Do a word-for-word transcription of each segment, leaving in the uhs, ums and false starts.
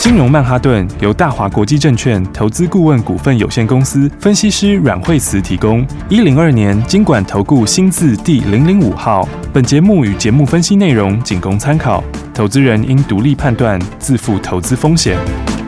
金融曼哈顿由大华国际证券投资顾问股份有限公司分析师阮惠慈提供。一零二年金管投顾新字第零零五号。本节目与节目分析内容仅供参考，投资人应独立判断，自负投资风险。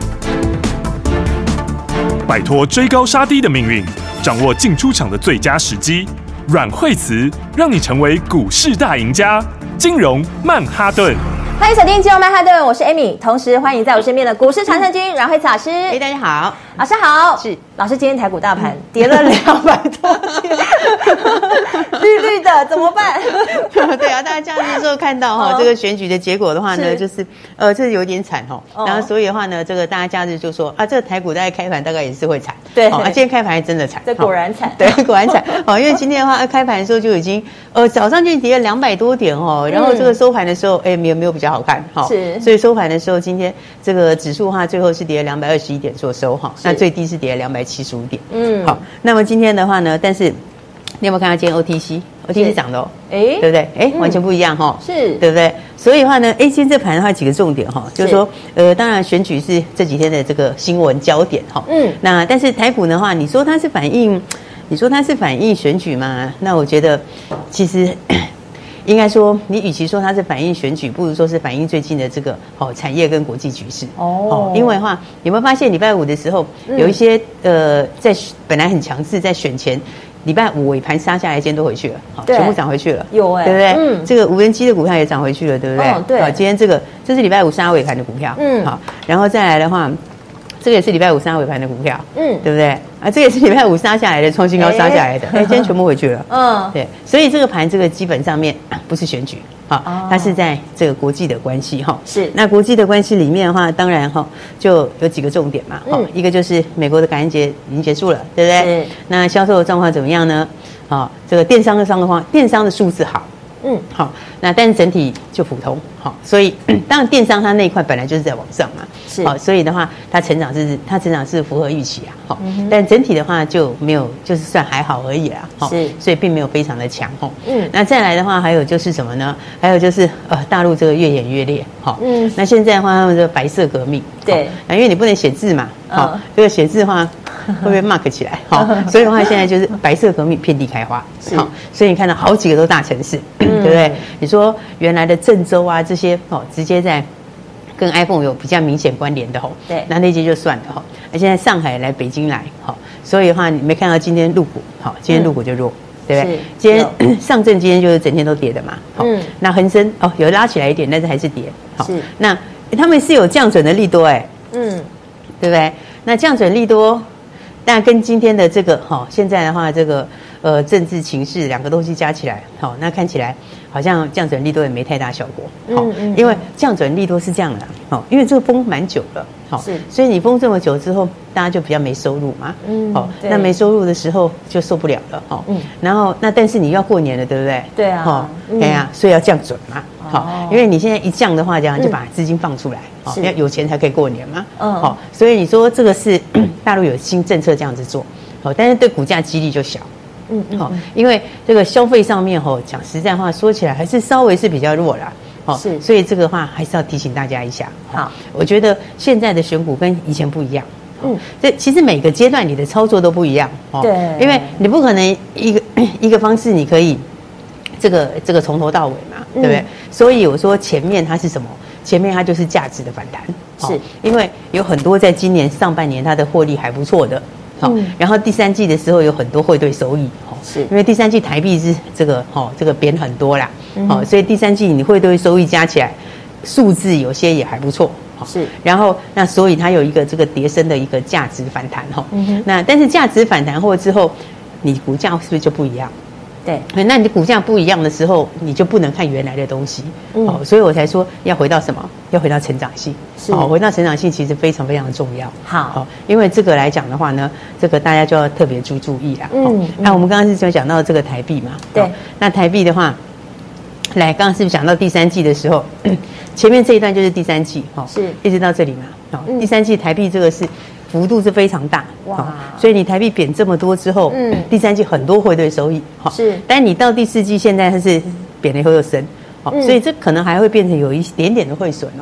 摆脱追高杀低的命运，掌握进出场的最佳时机。阮惠慈让你成为股市大赢家。金融曼哈顿。 欢迎收听金融曼哈顿，我是 Amy， 同时欢迎在我身边的股市传承军阮惠慈老师。 哎，大家好， 老师好。 是老师，今天台股大盘跌了两百多点，绿绿的，怎么办？ 对啊，大家假日的时候看到哈、哦、这个选举的结果的话呢，就是呃这有点惨哦。然后所以的话呢，这个大家假日就说啊，这个台股大概开盘大概也是会惨。 对， 哦、啊，今天开盘还真的惨。 这果然惨。 对，果然惨。哦，因为今天的话开盘的时候就已经呃早上就跌了两百多点哦，然后这个收盘的时候，哎、嗯，没有没有比较好看哈。 是。 所以收盘的时候，今天这个指数的话，最后是跌了两百二十一点做收哈，那最低是跌了两百七十五点。嗯，好，那么今天的话呢，但是你有没有看到今天 O T C？O T C 涨的哦，哎，对不对？哎，完全不一样哈、哦， 是， 对不对？所以的话呢，哎，今天这盘的话几个重点哈、哦，就是说，呃，当然选举是这几天的这个新闻焦点哈、哦，嗯，那但是台股的话，你说它是反映，你说它是反映选举吗？那我觉得其实。应该说，你与其说它是反映选举，不如说是反映最近的这个哦产业跟国际局势哦。哦，因为的话，有没有发现礼拜五的时候，嗯、有一些呃在本来很强势，在选前礼拜五尾盘杀下来，今天都回去了，好，全部涨回去了， 有哎、欸， 对不对？ 嗯， 这个无人机的股票也涨回去了，对不对？ 哦，对。 好，今天这个这是礼拜五杀尾盘的股票，嗯，好，然后再来的话。这个也是礼拜五杀尾盘的股票，嗯，对不对？啊，这个也是礼拜五杀下来的，创新高杀下来的，哎、欸，今天全部回去了，嗯，对，所以这个盘这个基本上面不是选举，好、哦，它是在这个国际的关系哈，是。那国际的关系里面的话，当然哈就有几个重点嘛，嗯，一个就是美国的感恩节已经结束了，对不对？是。那销售的状况怎么样呢？好，这个电商的商的话，电商的数字好。嗯，好，那但是整体就普通，好，所以当然电商它那一块本来就是在往上嘛，是，好，所以的话它成长是它成长是符合预期啊，好、嗯，但整体的话就没有，就是算还好而已啦，好，是，所以并没有非常的强，哈，嗯，那再来的话还有就是什么呢？还有就是呃大陆这个越演越烈，好，嗯，那现在的话他们这个白色革命，对，啊，因为你不能写字嘛，好、嗯，这个写字的话。会被 mark 起来，好，所以的话现在就是白色革命遍地开花，好，所以你看到好几个都大城市，嗯、对不对？你说原来的郑州啊这些哦，直接在跟 iPhone 有比较明显关联的吼，对，那那些就算了哈。那现在上海来、北京来，好，所以的话你没看到今天陆股，好，今天陆股就弱，嗯、对不对？今天上证今天就是整天都跌的嘛，好，嗯、那恒生哦有拉起来一点，但是还是跌，好，是那他们是有降准的利多哎，嗯，对不对？那降准利多。但跟今天的这个哈、哦，现在的话，这个呃政治情势两个东西加起来，好、哦，那看起来好像降准利多也没太大效果，好、哦，嗯嗯、因为降准利多是这样的，好、哦，因为这个封蛮久了，好、哦，是，所以你封这么久之后，大家就比较没收入嘛，嗯，好、哦，那没收入的时候就受不了了，哈、哦，嗯，然后那但是你要过年了，对不对？对啊，哦，对、嗯、呀、啊，所以要降准嘛。好、哦，因为你现在一降的话，这样就把资金放出来，好、嗯，要有钱才可以过年嘛，嗯，好、哦，所以你说这个是大陆有新政策这样子做，好，但是对股价激励就小，嗯嗯，好、哦，因为这个消费上面吼，讲实在话说起来还是稍微是比较弱啦，好、哦，是，所以这个话还是要提醒大家一下，好，我觉得现在的选股跟以前不一样，嗯，这其实每个阶段你的操作都不一样，哦，对，因为你不可能一个一个方式你可以。这个这个从头到尾嘛，对不对？嗯、所以我说前面它是什么？前面它就是价值的反弹，是、哦、因为有很多在今年上半年它的获利还不错的，好、哦嗯，然后第三季的时候有很多汇兑收益，哦，是因为第三季台币是这个哦这个贬很多啦，嗯、哦，所以第三季你汇兑收益加起来数字有些也还不错，哦、是，然后那所以它有一个这个跌升的一个价值反弹哈、哦嗯，那但是价值反弹后之后，你股价是不是就不一样？对，那你的股价不一样的时候，你就不能看原来的东西，嗯、哦，所以我才说要回到什么？要回到成长性，哦，回到成长性其实非常非常重要。好，哦，因为这个来讲的话呢，这个大家就要特别注注意啦。嗯，哦、那我们刚刚是就讲到这个台币嘛，对、哦，那台币的话，来，刚刚是不是讲到第三季的时候，前面这一段就是第三季，哦，是一直到这里嘛，哦，嗯、第三季台币这个是。幅度是非常大，哇、哦！所以你台币贬这么多之后，嗯，第三季很多汇兑收益，好、哦、是，但你到第四季现在它是贬了以后又升，好、哦嗯，所以这可能还会变成有一点点的汇损哦，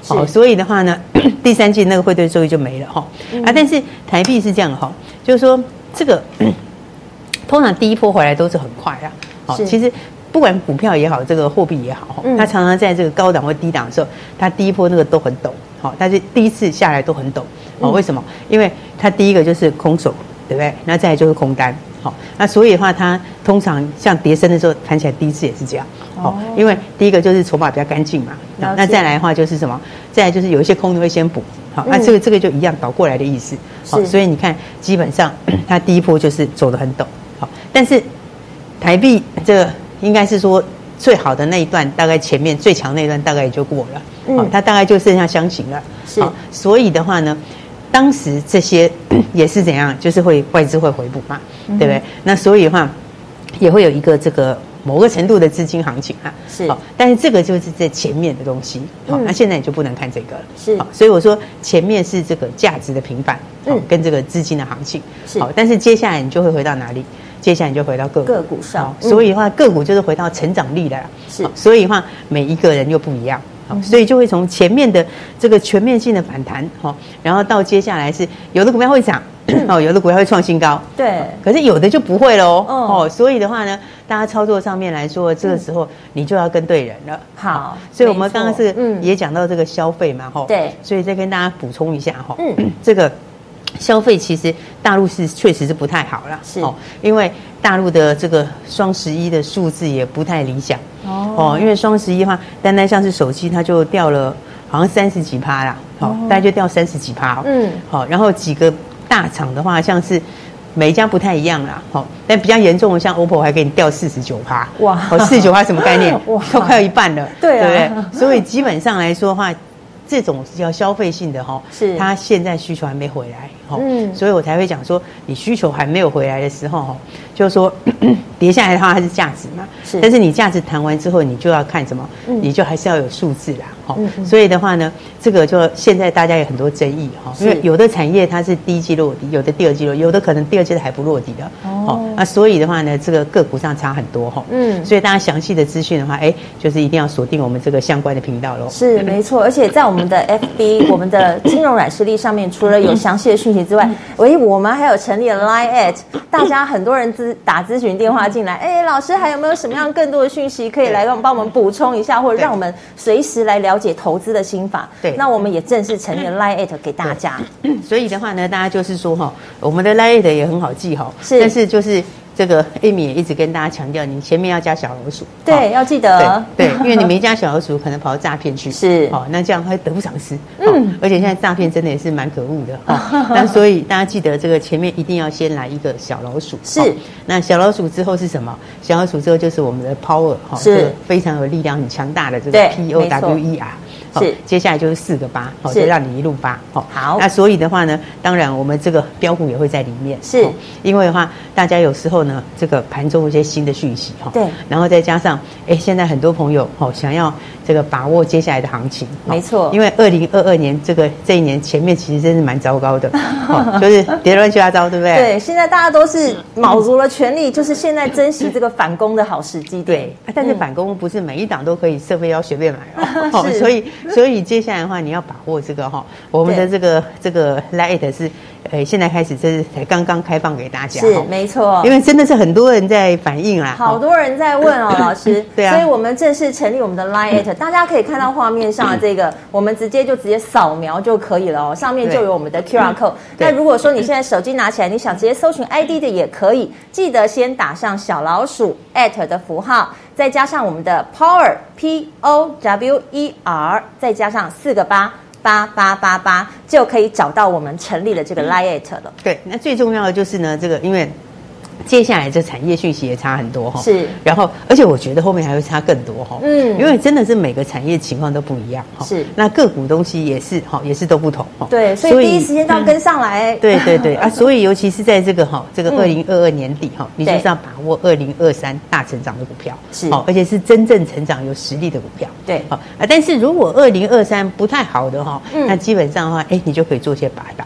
好，所以的话呢，第三季那个汇兑收益就没了哈。嗯、啊，但是台币是这样哈，就是说这个通常第一波回来都是很快啊。好，其实不管股票也好，这个货币也好，嗯、它常常在这个高档或低档的时候，它第一波那个都很陡，好，但是第一次下来都很陡。哦，为什么？因为它第一个就是空手，对不对？那再来就是空单。好，那所以的话，它通常像跌升的时候，弹起来第一次也是这样。好，因为第一个就是筹码比较干净嘛。那再来的话就是什么？再来就是有一些空的会先补。好，那这个这个就一样倒过来的意思。好，所以你看，基本上它第一波就是走得很陡。好，但是台币这个应该是说最好的那一段，大概前面最强那一段大概也就过了。嗯，它大概就剩下箱型了。是，所以的话呢。当时这些也是怎样，就是会外资会回补嘛，嗯、对不对？那所以的话，也会有一个这个某个程度的资金行情啊。是，好，但是这个就是在前面的东西，好、嗯，那现在你就不能看这个了。是，好，所以我说前面是这个价值的平反，嗯，跟这个资金的行情，是好，但是接下来你就会回到哪里？接下来你就回到个股个股上， 嗯、所以的话，个股就是回到成长力了。是，所以的话，每一个人又不一样。好，所以就会从前面的这个全面性的反弹，哈，然后到接下来是有的股票会涨，哦，有的股票会创新高，对，可是有的就不会喽，哦，所以的话呢，大家操作上面来说，这个时候你就要跟对人了。好，所以我们刚刚是也讲到这个消费嘛，哈，对，所以再跟大家补充一下哈，嗯，这个消费其实大陆是确实是不太好啦，是哦，因为大陆的这个双十一的数字也不太理想。哦，因为双十一的话，单单像是手机，它就掉了好像三十几趴啦，好、哦，大概就掉三十几趴、哦。嗯，好、哦，然后几个大厂的话，像是每一家不太一样啦，好、哦，但比较严重的像 O P P O 还给你掉四十九趴，哇，哦，四十九趴什么概念？哇，都快要一半了，对、啊、对不对？所以基本上来说的话，这种叫消费性的哈，是它现在需求还没回来，哈，嗯，所以我才会讲说，你需求还没有回来的时候，哈，就是说跌下来的话，它是价值嘛，是，但是你价值谈完之后，你就要看什么，嗯、你就还是要有数字啦，哈、嗯，所以的话呢，这个就现在大家有很多争议哈，因为有的产业它是第一季落地，有的第二季落地，有的可能第二季还不落地的，哦，那所以的话呢，这个个股上差很多哈，嗯，所以大家详细的资讯的话，哎，就是一定要锁定我们这个相关的频道喽， 是没错，而且在我们我们的 F B 我们的金融软实力上面，除了有详细的讯息之外，喂，我们还有成立了 Line at， 大家很多人咨打咨询电话进来，哎，老师还有没有什么样更多的讯息可以来帮我们补充一下，或者让我们随时来了解投资的心法？对，那我们也正式成立了 Line at 给大家。 所以的话呢，大家就是说哈，我们的 Line at 也很好记哈，是，但是就是这个 Amy 也一直跟大家强调，你前面要加小老鼠， 对，要记得， 对，对，因为你没加小老鼠，可能跑到诈骗去，是，好、哦，那这样会得不偿失，嗯，而且现在诈骗真的也是蛮可恶的，哦、那所以大家记得这个前面一定要先来一个小老鼠，是，哦、那小老鼠之后是什么？小老鼠之后就是我们的 Power， 哈、哦，是、这个、非常有力量、很强大的这个 P O W E R。是，接下来就是四个八，好，就让你一路八，好，好。那所以的话呢，当然我们这个标股也会在里面，是，因为的话，大家有时候呢，这个盘中有一些新的讯息哈，对，然后再加上，哎，现在很多朋友哦想要这个把握接下来的行情，没错，因为二零二二年这个这一年前面其实真是蛮糟糕的，哦，就是跌乱七八糟，对不对？ 对，现在大家都是卯足了全力，就是现在珍惜这个反攻的好时机，对， 但是反攻不是每一档都可以设备要随便买哦，是，所以。所以接下来的话，你要把握这个哈，我们的这个这个 Lite 是，呃，现在开始这是才刚刚开放给大家， 是没错， 因为真的是很多人在反映啦， 好多人在问哦，老师，对啊，所以我们正式成立我们的 Lite， 大家可以看到画面上的这个，我们直接就直接扫描就可以了哦，上面就有我们的 Q R code。那如果说你现在手机拿起来，你想直接搜寻 I D 的也可以，记得先打上小老鼠 at 的符号。再加上我们的 Power P O W E R， 再加上四个八八八八八，就可以找到我们成立的这个 Line 了。 对，那最重要的就是呢，这个因为接下来这产业讯息也差很多哈，是，然后而且我觉得后面还会差更多哈，嗯，因为真的是每个产业情况都不一样哈，是，那个股东西也是哈，也是都不同哈， 对，所以第一时间都要跟上来， 嗯、对对对啊，所以尤其是在这个哈这个二零二二年底哈，你就是要把握二零二三大成长的股票，是，好，而且是真正成长有实力的股票，对，好啊，但是如果二零二三不太好的哈，嗯、那基本上的话，哎，你就可以做一些把档。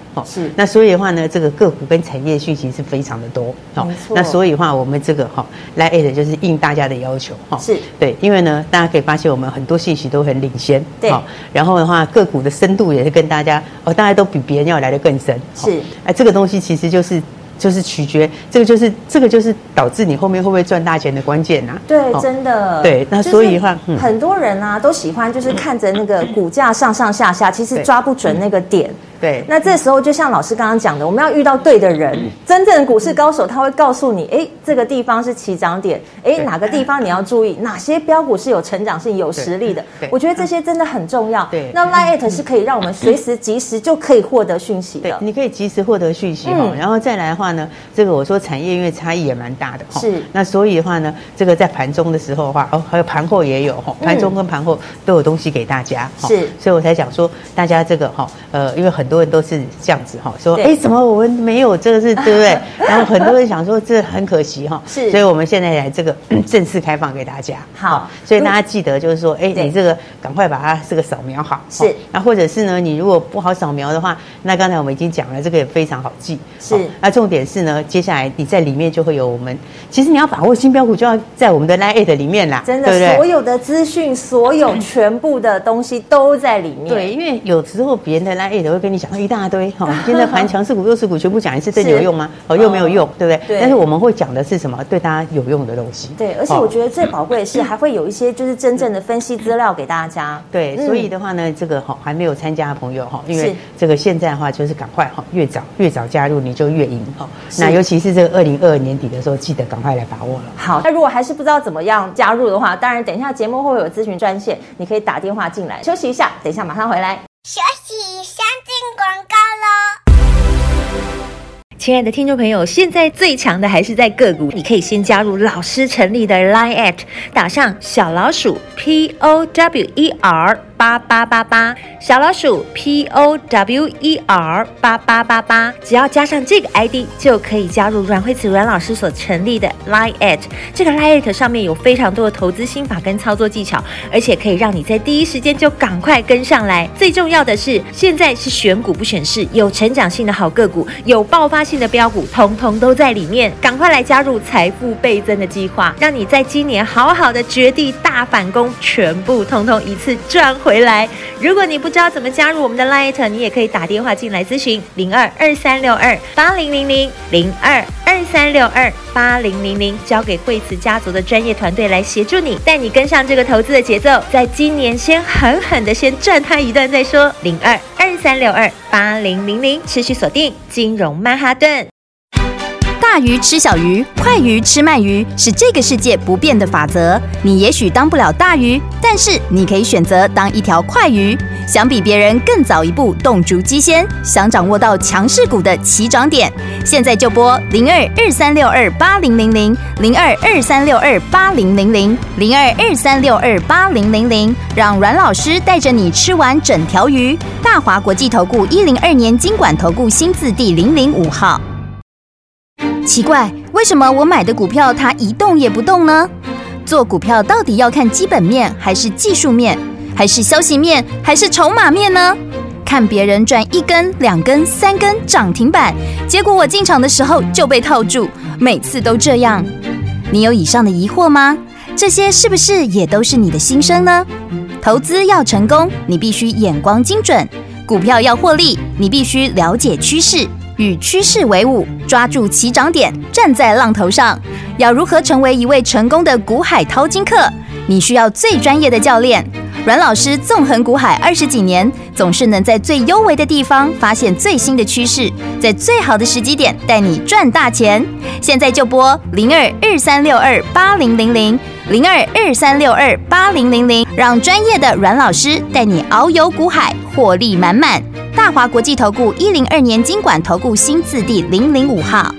哦，是。那所以的话呢，这个个股跟产业讯息是非常的多，哦，那所以的话，我们这个哈 Line 就是应大家的要求，哈，是对，因为呢，大家可以发现我们很多信息都很领先，对，然后的话，个股的深度也是跟大家哦，大家都比别人要来得更深，是。哎，这个东西其实就是。就是取决，这个就是这个就是导致你后面会不会赚大钱的关键呐、啊。 对，哦、真的。 对，那所以的话， 嗯、很多人啊都喜欢就是看着那个股价上上下下，其实抓不准那个点。对，那这时候就像老师刚刚讲的，我们要遇到对的人，真正的股市高手，他会告诉你，哎，这个地方是起涨点，哎，哪个地方你要注意，哪些标股是有成长性、有实力的。我觉得这些真的很重要。对，那 Line 是可以让我们随时及时就可以获得讯息的。 你可以及时获得讯息哈、嗯，然后再来的话呢，这个我说产业因为差异也蛮大的哈，是。那所以的话呢，这个在盘中的时候的话，哦，还有盘后也有哈，盘中跟盘后都有东西给大家。是，所以我才讲说，大家这个哈，呃，因为很多人都是这样子哈，说哎，怎么我们没有这个是对不对？然后很多人想说这很可惜哈，是，所以我们现在来这个正式开放给大家。好，所以大家记得就是说，哎，你这个赶快把它这个扫描好。是，那或者是呢，你如果不好扫描的话，那刚才我们已经讲了，这个也非常好记。是，那重点是呢，接下来你在里面就会有我们，其实你要把握新标股，就要在我们的 Line 里面啦， 真的，对对所有的资讯，所有全部的东西都在里面。 对，因为有时候别人的 Line 会跟你讲一大堆哈，现在盘强势股、弱势股全部讲一次，对你有用吗？哦，又没有用，对不对？对。但是我们会讲的是什么？对大家有用的东西。 对，而且我觉得最宝贵的是，还会有一些就是真正的分析资料给大家。 对，所以的话呢，这个哈还没有参加的朋友哈，因为这个现在的话就是赶快哈，越早越早加入你就越赢哈。那尤其是这个二零二二年底的时候，记得赶快来把握了。 好，那如果还是不知道怎么样加入的话，当然等一下节目会有咨询专线，你可以打电话进来。休息一下，等一下马上回来。 休息，先进广告喽。 亲爱的听众朋友，现在最强的还是在个股，你可以先加入老师成立的 Line at， 打上小老鼠 P O W E R 八八八八，小老鼠 P O W E R 八八八八，只要加上这个 I D 就可以加入阮慧慈阮老师所成立的 Line at。这个 Line at 上面有非常多的投资心法跟操作技巧，而且可以让你在第一时间就赶快跟上来。最重要的是，现在是选股不选市，有成长性的好个股，有爆发性的标股，通通都在里面。赶快来加入财富倍增的计划，让你在今年好好的绝地大反攻，全部通通一次赚回来。如果你不知道怎么加入我们的 Line， 你也可以打电话进来咨询零二二三六二八零零零零二二三六二八零零零，交给惠慈家族的专业团队来协助你，带你跟上这个投资的节奏，在今年先狠狠的先赚它一段再说。零二二三六二八零零零，持续锁定金融曼哈顿。 大鱼吃小鱼，快鱼吃慢鱼，是这个世界不变的法则。你也许当不了大鱼，但是你可以选择当一条快鱼。想比别人更早一步动足机先，想掌握到强势股的起涨点，现在就拨零二二三六二八零零零零二二三六二八零零零零二二三六二八零零零，让阮老师带着你吃完整条鱼。大华国际投顾一零二年金管投顾新字第零零五号。奇怪，为什么我买的股票它一动也不动呢？做股票到底要看基本面，还是技术面，还是消息面，还是筹码面呢？看别人赚一根、两根、三根涨停板，结果我进场的时候就被套住，每次都这样。你有以上的疑惑吗？这些是不是也都是你的心声呢？投资要成功，你必须眼光精准；股票要获利，你必须了解趋势。与趋势为伍，抓住起涨点，站在浪头上。要如何成为一位成功的股海淘金客？你需要最专业的教练。阮老师纵横股海二十几年，总是能在最优微的地方发现最新的趋势，在最好的时机点带你赚大钱。现在就拨零二二三六二八零零零零二二三六二八零零零，让专业的阮老师带你遨游股海，获利满满。大华国际投顾一零二年金管投顾新字第零零五号。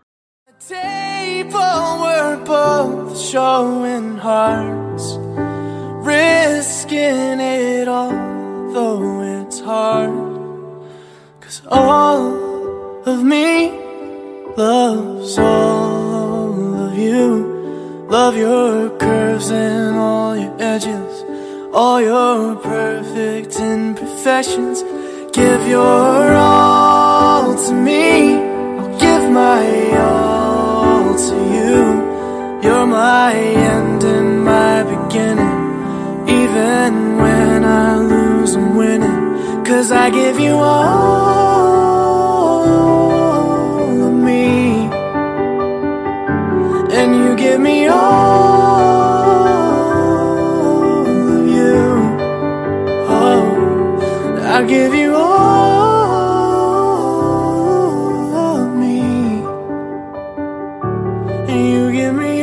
Risking it all, though it's hard. 'Cause all of me loves all of you. Love your curves and all your edges, all your perfect imperfections. Give your all my end and my beginning. Even when I lose, I'm winning. 'Cause I give you all of me, and you give me all of you. Oh, I give you all of me, and you give me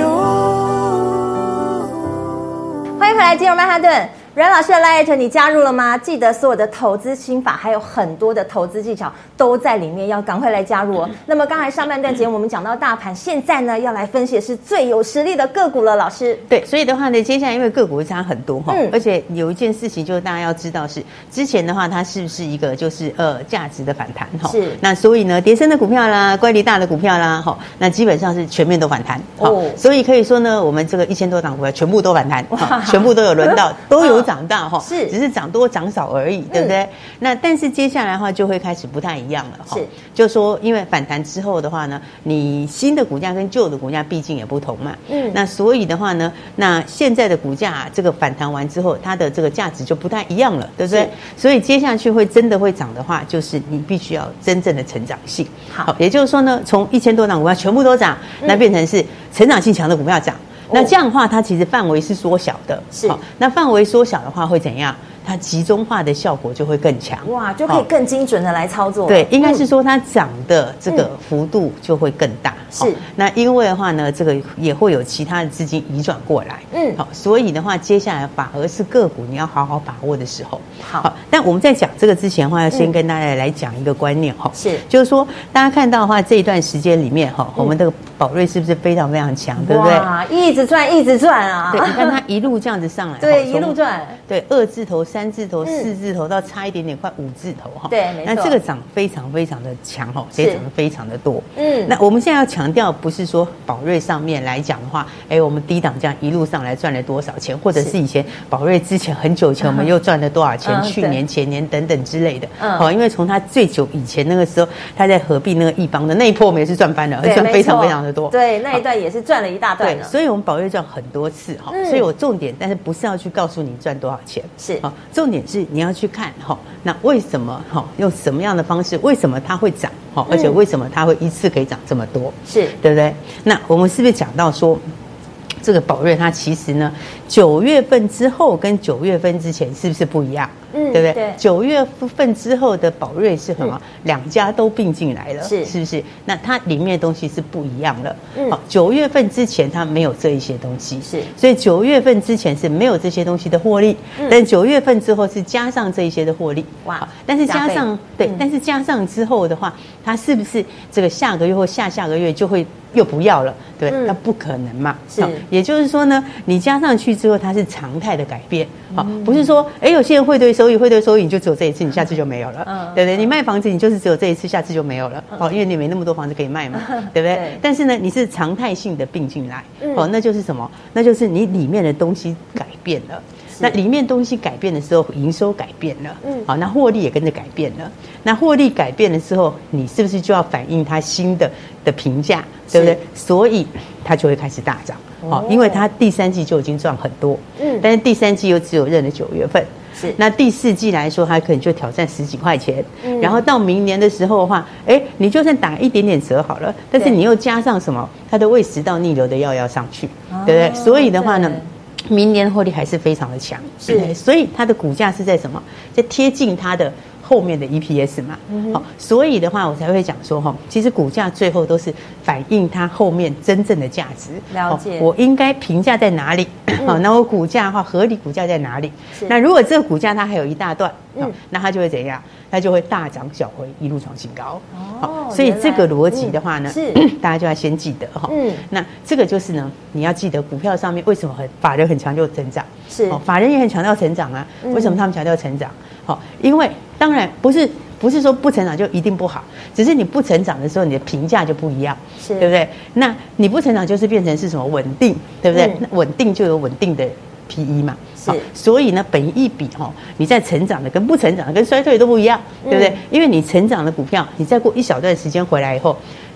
all. 欢迎回来，金融曼哈顿。阮老师的 Light 你加入了吗？记得所有的投资心法还有很多的投资技巧都在里面，要赶快来加入哦。那么刚才上半段节目我们讲到大盘，现在呢要来分析的是最有实力的个股了，老师。 对，所以的话呢，接下来因为个股会差很多哈、嗯，而且有一件事情就是大家要知道是，之前的话它是不是一个就是呃价值的反弹哈？是。那所以呢，跌深的股票啦，乖离大的股票啦，哈，那基本上是全面都反弹。哦。所以可以说呢，我们这个一千多档股票全部都反弹，全部都有轮到，都有涨到哈。是。只是涨多涨少而已，对不对？嗯、那但是接下来的话就会开始不太一样了哈。是，就说因为反弹之后的话呢，你新的股价跟旧的股价毕竟也不同嘛。嗯。那所以的话呢，那现在的股价这个反弹完之后，它的这个价值就不太一样了，对不对？所以接下去会真的会涨的话，就是你必须要真正的成长性。好，也就是说呢，从一千多档股票全部都涨，嗯、那变成是成长性强的股票涨。那这样的话，它其实范围是缩小的。是。好，那范围缩小的话会怎样？它集中化的效果就会更强， 哇，就可以更精准的来操作。 对，应该是说它涨的这个幅度就会更大。是、嗯，那因为的话呢，这个也会有其他的资金移转过来。嗯，好，所以的话，接下来反而是个股你要好好把握的时候。好，好，但我们在讲这个之前的话，要先跟大家来讲一个观念哈、嗯，是，就是说大家看到的话，这一段时间里面哈，我们这个宝瑞是不是非常非常强，对不对？ 哇，一直赚，一直赚啊！ 对，你看它一路这样子上来， 对，一路赚， 对，二字头。三字头、四字头到差一点点，快五字头哈。 对，没错。 那这个涨非常非常的强哈，也涨得非常的多。嗯，那我们现在要强调，不是说宝瑞上面来讲的话，哎，我们低档这样一路上来赚了多少钱，或者是以前宝瑞之前很久以前我们又赚了多少钱，去年、前年等等之类的。嗯，好，因为从它最久以前那个时候，它在合并那个易邦的那一波，我们也是赚翻了，赚非常非常的多。 对，那一段也是赚了一大段。 对，所以我们宝瑞赚很多次哈。所以我重点，但是不是要去告诉你赚多少钱，是啊，重点是你要去看哈，那为什么哈，用什么样的方式，为什么它会涨哈，而且为什么它会一次可以涨这么多，是对不对？那我们是不是讲到说，这个宝瑞它其实呢，九月份之后跟九月份之前是不是不一样？嗯，对不对？对，九月份之后的宝瑞是什么？两、嗯、家都并进来了，是是不是？那它里面的东西是不一样的。嗯，好，九月份之前它没有这一些东西，是，所以九月份之前是没有这些东西的获利，嗯、但九月份之后是加上这一些的获利。哇，但是加上对、嗯，但是加上之后的话，它是不是这个下个月或下下个月就会又不要了？对，那、嗯、不可能嘛。是，也就是说呢，你加上去之后，它是常态的改变。好、嗯，不是说哎，有些人汇兑收益，汇兑收益你就只有这一次，你下次就没有了，嗯，对不对？你卖房子，你就是只有这一次，下次就没有了，哦、嗯，因为你没那么多房子可以卖嘛，嗯、对不对？对。但是呢，你是常态性的并进来，嗯、哦，那就是什么？那就是你里面的东西改变了。那里面东西改变的时候，营收改变了，嗯，好，那获利也跟着改变了。那获利改变的时候，你是不是就要反映它新的的评价，对不对？所以它就会开始大涨，哦，因为它第三季就已经赚很多，嗯，但是第三季又只有认了九月份。是，那第四季来说，它可能就挑战十几块钱，嗯，然后到明年的时候的话，哎，你就算打一点点折好了，但是你又加上什么，它的胃食道逆流的药要上去，哦、对不对？所以的话呢，明年获利还是非常的强，是，所以它的股价是在什么，在贴近它的后面的 E P S 嘛，嗯、好，所以的话我才会讲说哈，其实股价最后都是反映它后面真正的价值。了解，我应该评价在哪里？好、嗯，那我股价的话，合理股价在哪里？那如果这个股价它还有一大段，嗯，那它就会怎样？它就会大涨小回，一路创新高。哦，所以这个逻辑的话呢，嗯、是大家就要先记得哈。嗯，那这个就是呢，你要记得股票上面为什么很法人很强调成长，是、哦，法人也很强调成长啊。为什么他们强调成长？好、哦，因为当然不是不是说不成长就一定不好，只是你不成长的时候，你的评价就不一样，是，对不对？那你不成长就是变成是什么稳定，对不对？嗯、那稳定就有稳定的 P E 嘛，是，所以呢，本益比哈、哦，你在成长的跟不成长的跟衰退都不一样，对不对？嗯、因为你成长的股票，你再过一小段时间回来以后，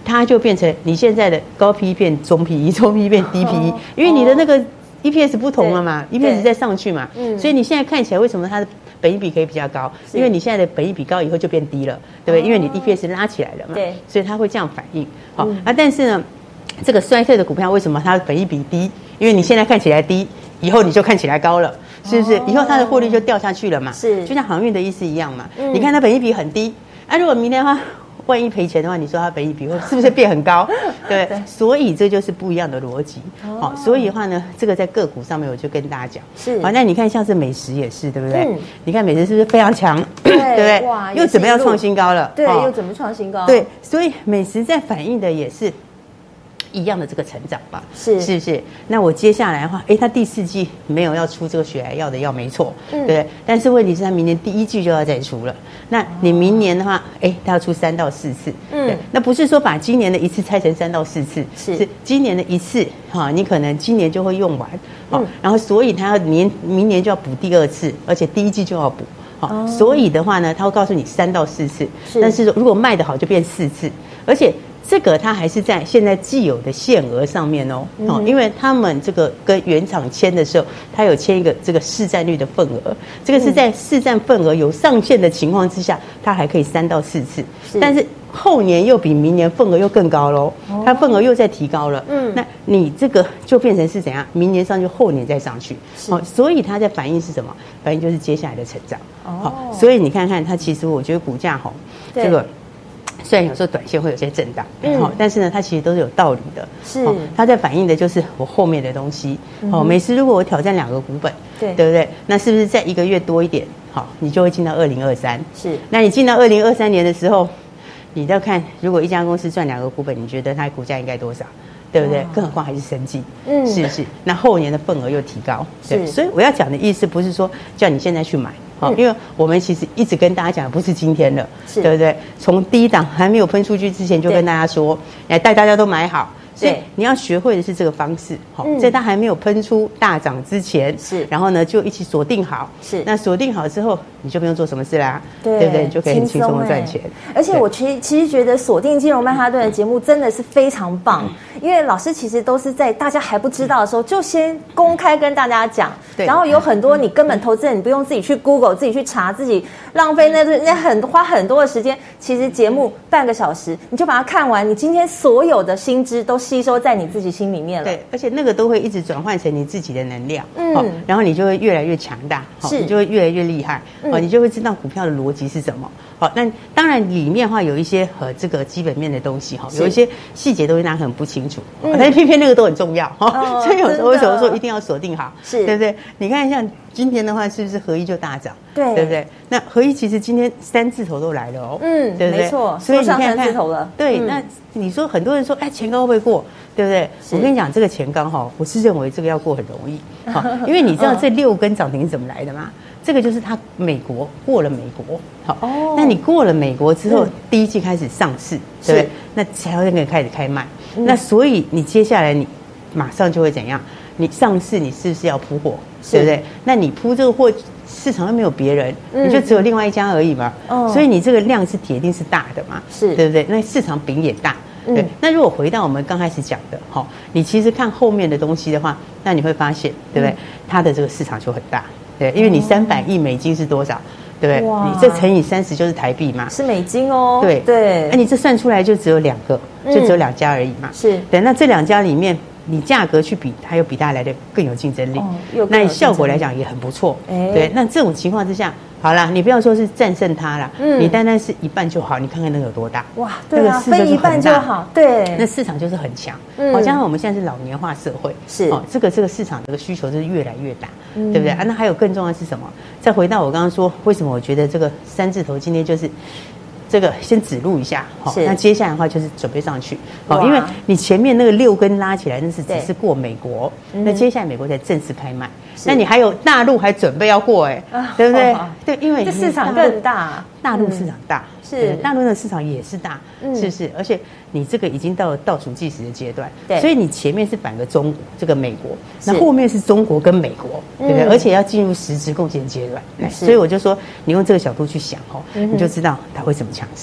它就变成你现在的高 P E 变中 P E， 中 P E 变低 P E， 因为你的那个 E P S 不同了嘛 ，E P S 在上去嘛，所以你现在看起来为什么它的本益比可以比较高？因为你现在的本益比高以后就变低了，对不对？因为你 E P S 拉起来了嘛，对，所以它会这样反应。好啊，但是呢，这个衰退的股票为什么它的本益比低？因为你现在看起来低，以后你就看起来高了。是不是？以后它的获利就掉下去了嘛？是，就像航运的意思一样嘛。嗯、你看它本益比很低，啊，如果明天它万一赔钱的话，你说它本益比会是不是变很高？对，对，所以这就是不一样的逻辑。好、哦，所以的话呢，这个在个股上面我就跟大家讲。是，好，那你看像是美食也是，对不对？嗯、你看美食是不是非常强？对，对不对？哇，又准备要创新高了。 对，哦、又准备创新高。 对，所以美食在反映的也是一样的这个成长吧，是是不是？那我接下来的话，哎，它第四季没有要出这个血癌药的药，没错，嗯、对不对？但是问题是它明年第一季就要再出了。那你明年的话，哎，它要出三到四次，嗯，对，那不是说把今年的一次拆成三到四次，是, 是今年的一次，哈，你可能今年就会用完，好、嗯，然后所以它要年明年就要补第二次，而且第一季就要补，好、哦，所以的话呢，它会告诉你三到四次，是但是如果卖得好就变四次，而且。这个它还是在现在既有的限额上面哦，嗯、哦，因为他们这个跟原厂签的时候，它有签一个这个市占率的份额，这个是在市占份额有上限的情况之下，它还可以三到四次，是但是后年又比明年份额又更高喽，哦、它份额又在提高了，嗯，那你这个就变成是怎样？明年上去，后年再上去，哦，所以它在反映是什么？反映就是接下来的成长，哦，哦所以你看看它，其实我觉得股价哈，这个。虽然有时候短线会有些震荡，嗯，但是呢，它其实都是有道理的。是，它在反映的就是我后面的东西。哦，美食如果我挑战两个股本，对，对不对？那是不是在一个月多一点？好，你就会进到二零二三。是，那你进到二零二三年的时候，你要看，如果一家公司赚两个股本，你觉得它股价应该多少？对不对？更何况还是生技，嗯，是不是？那后年的份额又提高，对，所以我要讲的意思不是说叫你现在去买，好、嗯，因为我们其实一直跟大家讲，不是今天了，对不对？从第一档还没有喷出去之前，就跟大家说，来带大家都买好。所以你要学会的是这个方式，好、嗯，在它还没有喷出大涨之前，是，然后呢就一起锁定好，是，那锁定好之后，你就不用做什么事啦，对，对不对？你就可以很轻松的赚钱。 而且我其实其实觉得锁定金融曼哈顿的节目真的是非常棒，嗯、因为老师其实都是在大家还不知道的时候就先公开跟大家讲，对，然后有很多你根本投资人你不用自己去 Google 自己去查，自己浪费那那很花很多的时间，其实节目半个小时你就把它看完，你今天所有的新知都吸收在你自己心里面了， 对，而且那个都会一直转换成你自己的能量，嗯，哦、然后你就会越来越强大，好、哦，你就会越来越厉害，嗯、哦，你就会知道股票的逻辑是什么，好、哦，那当然里面的话有一些呃这个基本面的东西哈，有一些细节东西大家很不清楚，嗯、但是偏偏那个都很重要哈，哦、所以有时候为什么说一定要锁定好，是对不对？你看像今天的话，是不是合一就大涨，对，对不对？那合一其实今天三字头都来了哦，嗯，对不对？ 没错， 所以你看看三字头了， 对，嗯、那你说很多人说哎前高会不会过？对不对？我跟你讲，这个前高哈，我是认为这个要过很容易，好，因为你知道这六根涨停是怎么来的吗？这个就是它美国过了美国，好，哦，那你过了美国之后，嗯、第一季开始上市，对不对？那才会开始开卖，嗯、那所以你接下来你马上就会怎样？你上市你是不是要铺货？对不对？那你铺这个货，市场又没有别人，嗯、你就只有另外一家而已嘛，哦，所以你这个量是铁定是大的嘛，是对不对？那市场饼也大。对，那如果回到我们刚开始讲的，哈，你其实看后面的东西的话，那你会发现，对不对？它的这个市场就很大，对，因为你三百亿美金是多少？对不对？你这乘以三十就是台币嘛， 是美金哦。 对对， 那你这算出来就只有两个，就只有两家而已嘛。是，对，那这两家里面，你价格去比，它又比它来的更有竞争力，那你效果来讲也很不错。对，那这种情况之下。好啦，你不要说是战胜它啦，嗯，你单单是一半就好，你看看那个有多大？哇， 对啊，分一半就好，对， 那市场就是很强。嗯，好，加上我们现在是老年化社会，是哦，这个这个市场这个需求就是越来越大，嗯、对不对啊？那还有更重要的是什么？再回到我刚刚说，为什么我觉得这个三字头今天就是。这个先指路一下，好，那接下来的话就是准备上去，好，因为你前面那个六根拉起来，那是只是过美国，那接下来美国才正式开卖，那你还有大陆还准备要过，哎，对不对？对，因为这市场更大， 大陆市场大，是大陆的市场也是大，是不是？而且你这个已经到了倒数计时的阶段，对，所以你前面是反个中国这个美国，那后面是中国跟美国，对不对？而且要进入实质贡献阶段，所以我就说你用这个角度去想哦，你就知道它会怎么强势。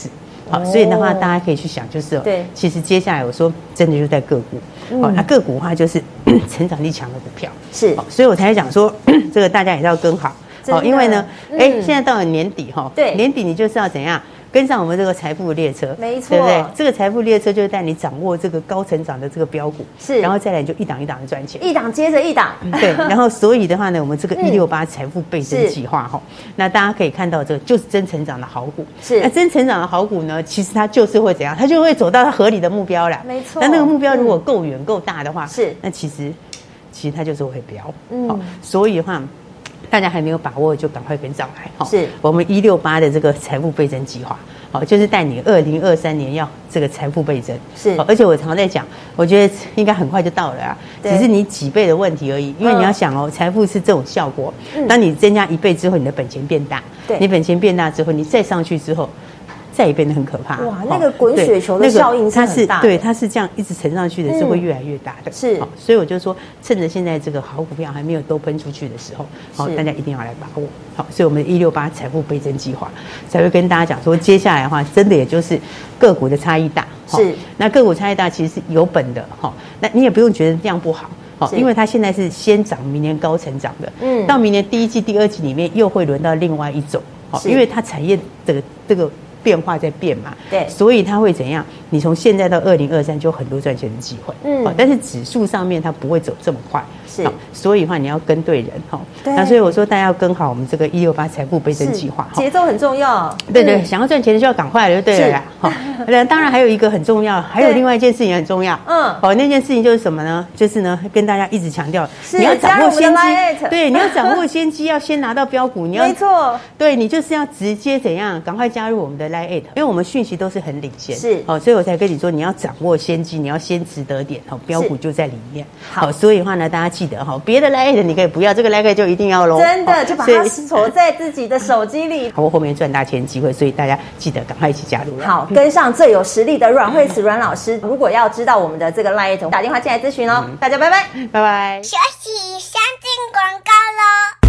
好，所以的话，大家可以去想，就是对，其实接下来我说真的就在个股，好，那个股的话就是成长力强的股票，是，所以我才讲说这个大家也是要跟好，好，因为呢，哎，现在到了年底哈，对，年底你就是要怎样？跟上我们这个财富列车，没错，对不对？这个财富列车就是带你掌握这个高成长的这个标股，是，然后再来你就一档一档的赚钱， 一档接着一档， 对。然后所以的话呢，我们这个一六八财富倍增计划哈，那大家可以看到这个就是真成长的好股，是。那真成长的好股呢，其实它就是会怎样？它就会走到它合理的目标啦，没错。那那个目标如果够远够大的话，是，那其实其实它就是会飙，嗯。所以的话，大家还没有把握就赶快跟上来哈。是我们一六八的这个财富倍增计划，好，就是带你二零二三年要这个财富倍增。是，而且我常在讲，我觉得应该很快就到了啊，只是你几倍的问题而已。因为你要想哦，财富是这种效果，当你增加一倍之后，你的本钱变大，你本钱变大之后，你再上去之后。再也变得很可怕。哇， 那个滚雪球的效应是很大的， 对，它是这样一直沉上去的，是会越来越大的。是，所以我就说，趁着现在这个好股票还没有都喷出去的时候，好，大家一定要来把握。好，所以我们的一六八财富倍增计划才会跟大家讲说，接下来的话，真的也就是个股的差异大。是，那个股差异大其实是有本的哈，那你也不用觉得这样不好。好，因为它现在是先涨，明年高成长的，嗯，到明年第一季、第二季里面又会轮到另外一种。好，因为它产业的这个。变化在变嘛，对，所以它会怎样？你从现在到二零二三就有很多赚钱的机会，嗯，但是指数上面它不会走这么快，是，所以的话你要跟对人哈，那所以我说大家要跟好我们这个一六八财富倍增计划， 节奏很重要， 对对，想要赚钱的就要赶快了，就对了啦，好，当然还有一个很重要，还有另外一件事情很重要，嗯，好，那件事情就是什么呢？就是呢跟大家一直强调，你要掌握先机，对，你要掌握先机，要先拿到标股，你要没错，对你就是要直接怎样，赶快加入我们的。因为我们讯息都是很领先，是好，所以我才跟你说，你要掌握先机，你要先值得点，好，标股就在里面。好，所以的话呢，大家记得哈，别的 Line 你可以不要，这个 Line 就一定要喽。 真的，就把它锁在自己的手机里， 好，后面赚大钱机会，所以大家记得赶快一起加入。 好，跟上最有实力的阮慧慈阮老师。如果要知道我们的这个 Line， 打电话进来咨询哦。大家拜拜， 拜拜。 休息，先进广告喽。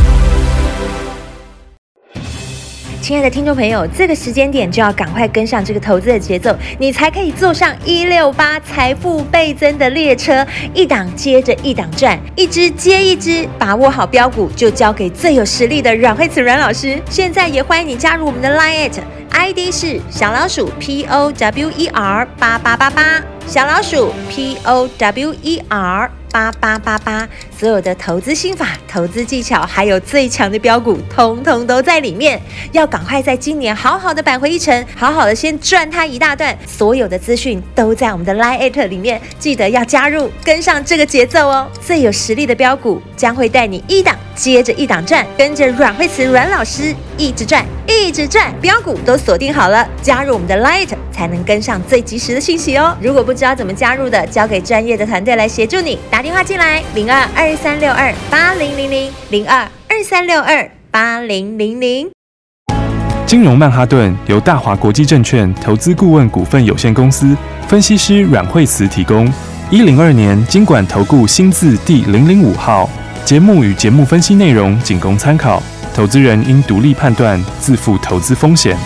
亲爱的听众朋友，这个时间点就要赶快跟上这个投资的节奏，你才可以坐上一六八财富倍增的列车，一档接着一档赚，一只接一只，把握好标股就交给最有实力的阮慧慈阮老师。现在也欢迎你加入我们的 Line，I D 是小老鼠 P O W E R 八八八八，小老鼠 P O W E R 八八八八，所有的投资心法、投资技巧，还有最强的标股，通通都在里面。要赶快在今年好好的扳回一城，好好的先赚它一大段。所有的资讯都在我们的 Line 里面，记得要加入，跟上这个节奏哦。最有实力的标股将会带你一档接着一档赚，跟着阮慧慈阮老师一直赚，一直赚，标股都锁定好了。加入我们的 Line 才能跟上最及时的讯息哦。如果不知道怎么加入的，交给专业的团队来协助你。打电话进来零二二三六二八零零零零二二三六二八零零零。 金融曼哈顿由大华国际证券投资顾问股份有限公司分析师阮慧慈提供。一零二年金管投顾新字第零零五号。节目与节目分析内容仅供参考，投资人应独立判断，自负投资风险。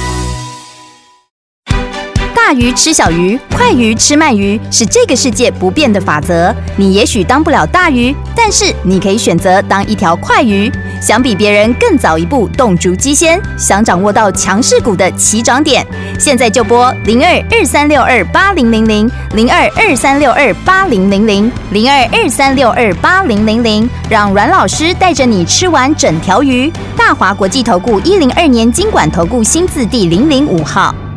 大鱼吃小鱼，快鱼吃慢鱼，是这个世界不变的法则。你也许当不了大鱼，但是你可以选择当一条快鱼。想比别人更早一步动足机先，想掌握到强势股的起涨点，现在就拨零二二三六二八零零零零二二三六二八零零零零二二三六二八零零零，让阮老师带着你吃完整条鱼。大华国际投顾一零二年金管投顾新字第零零五号。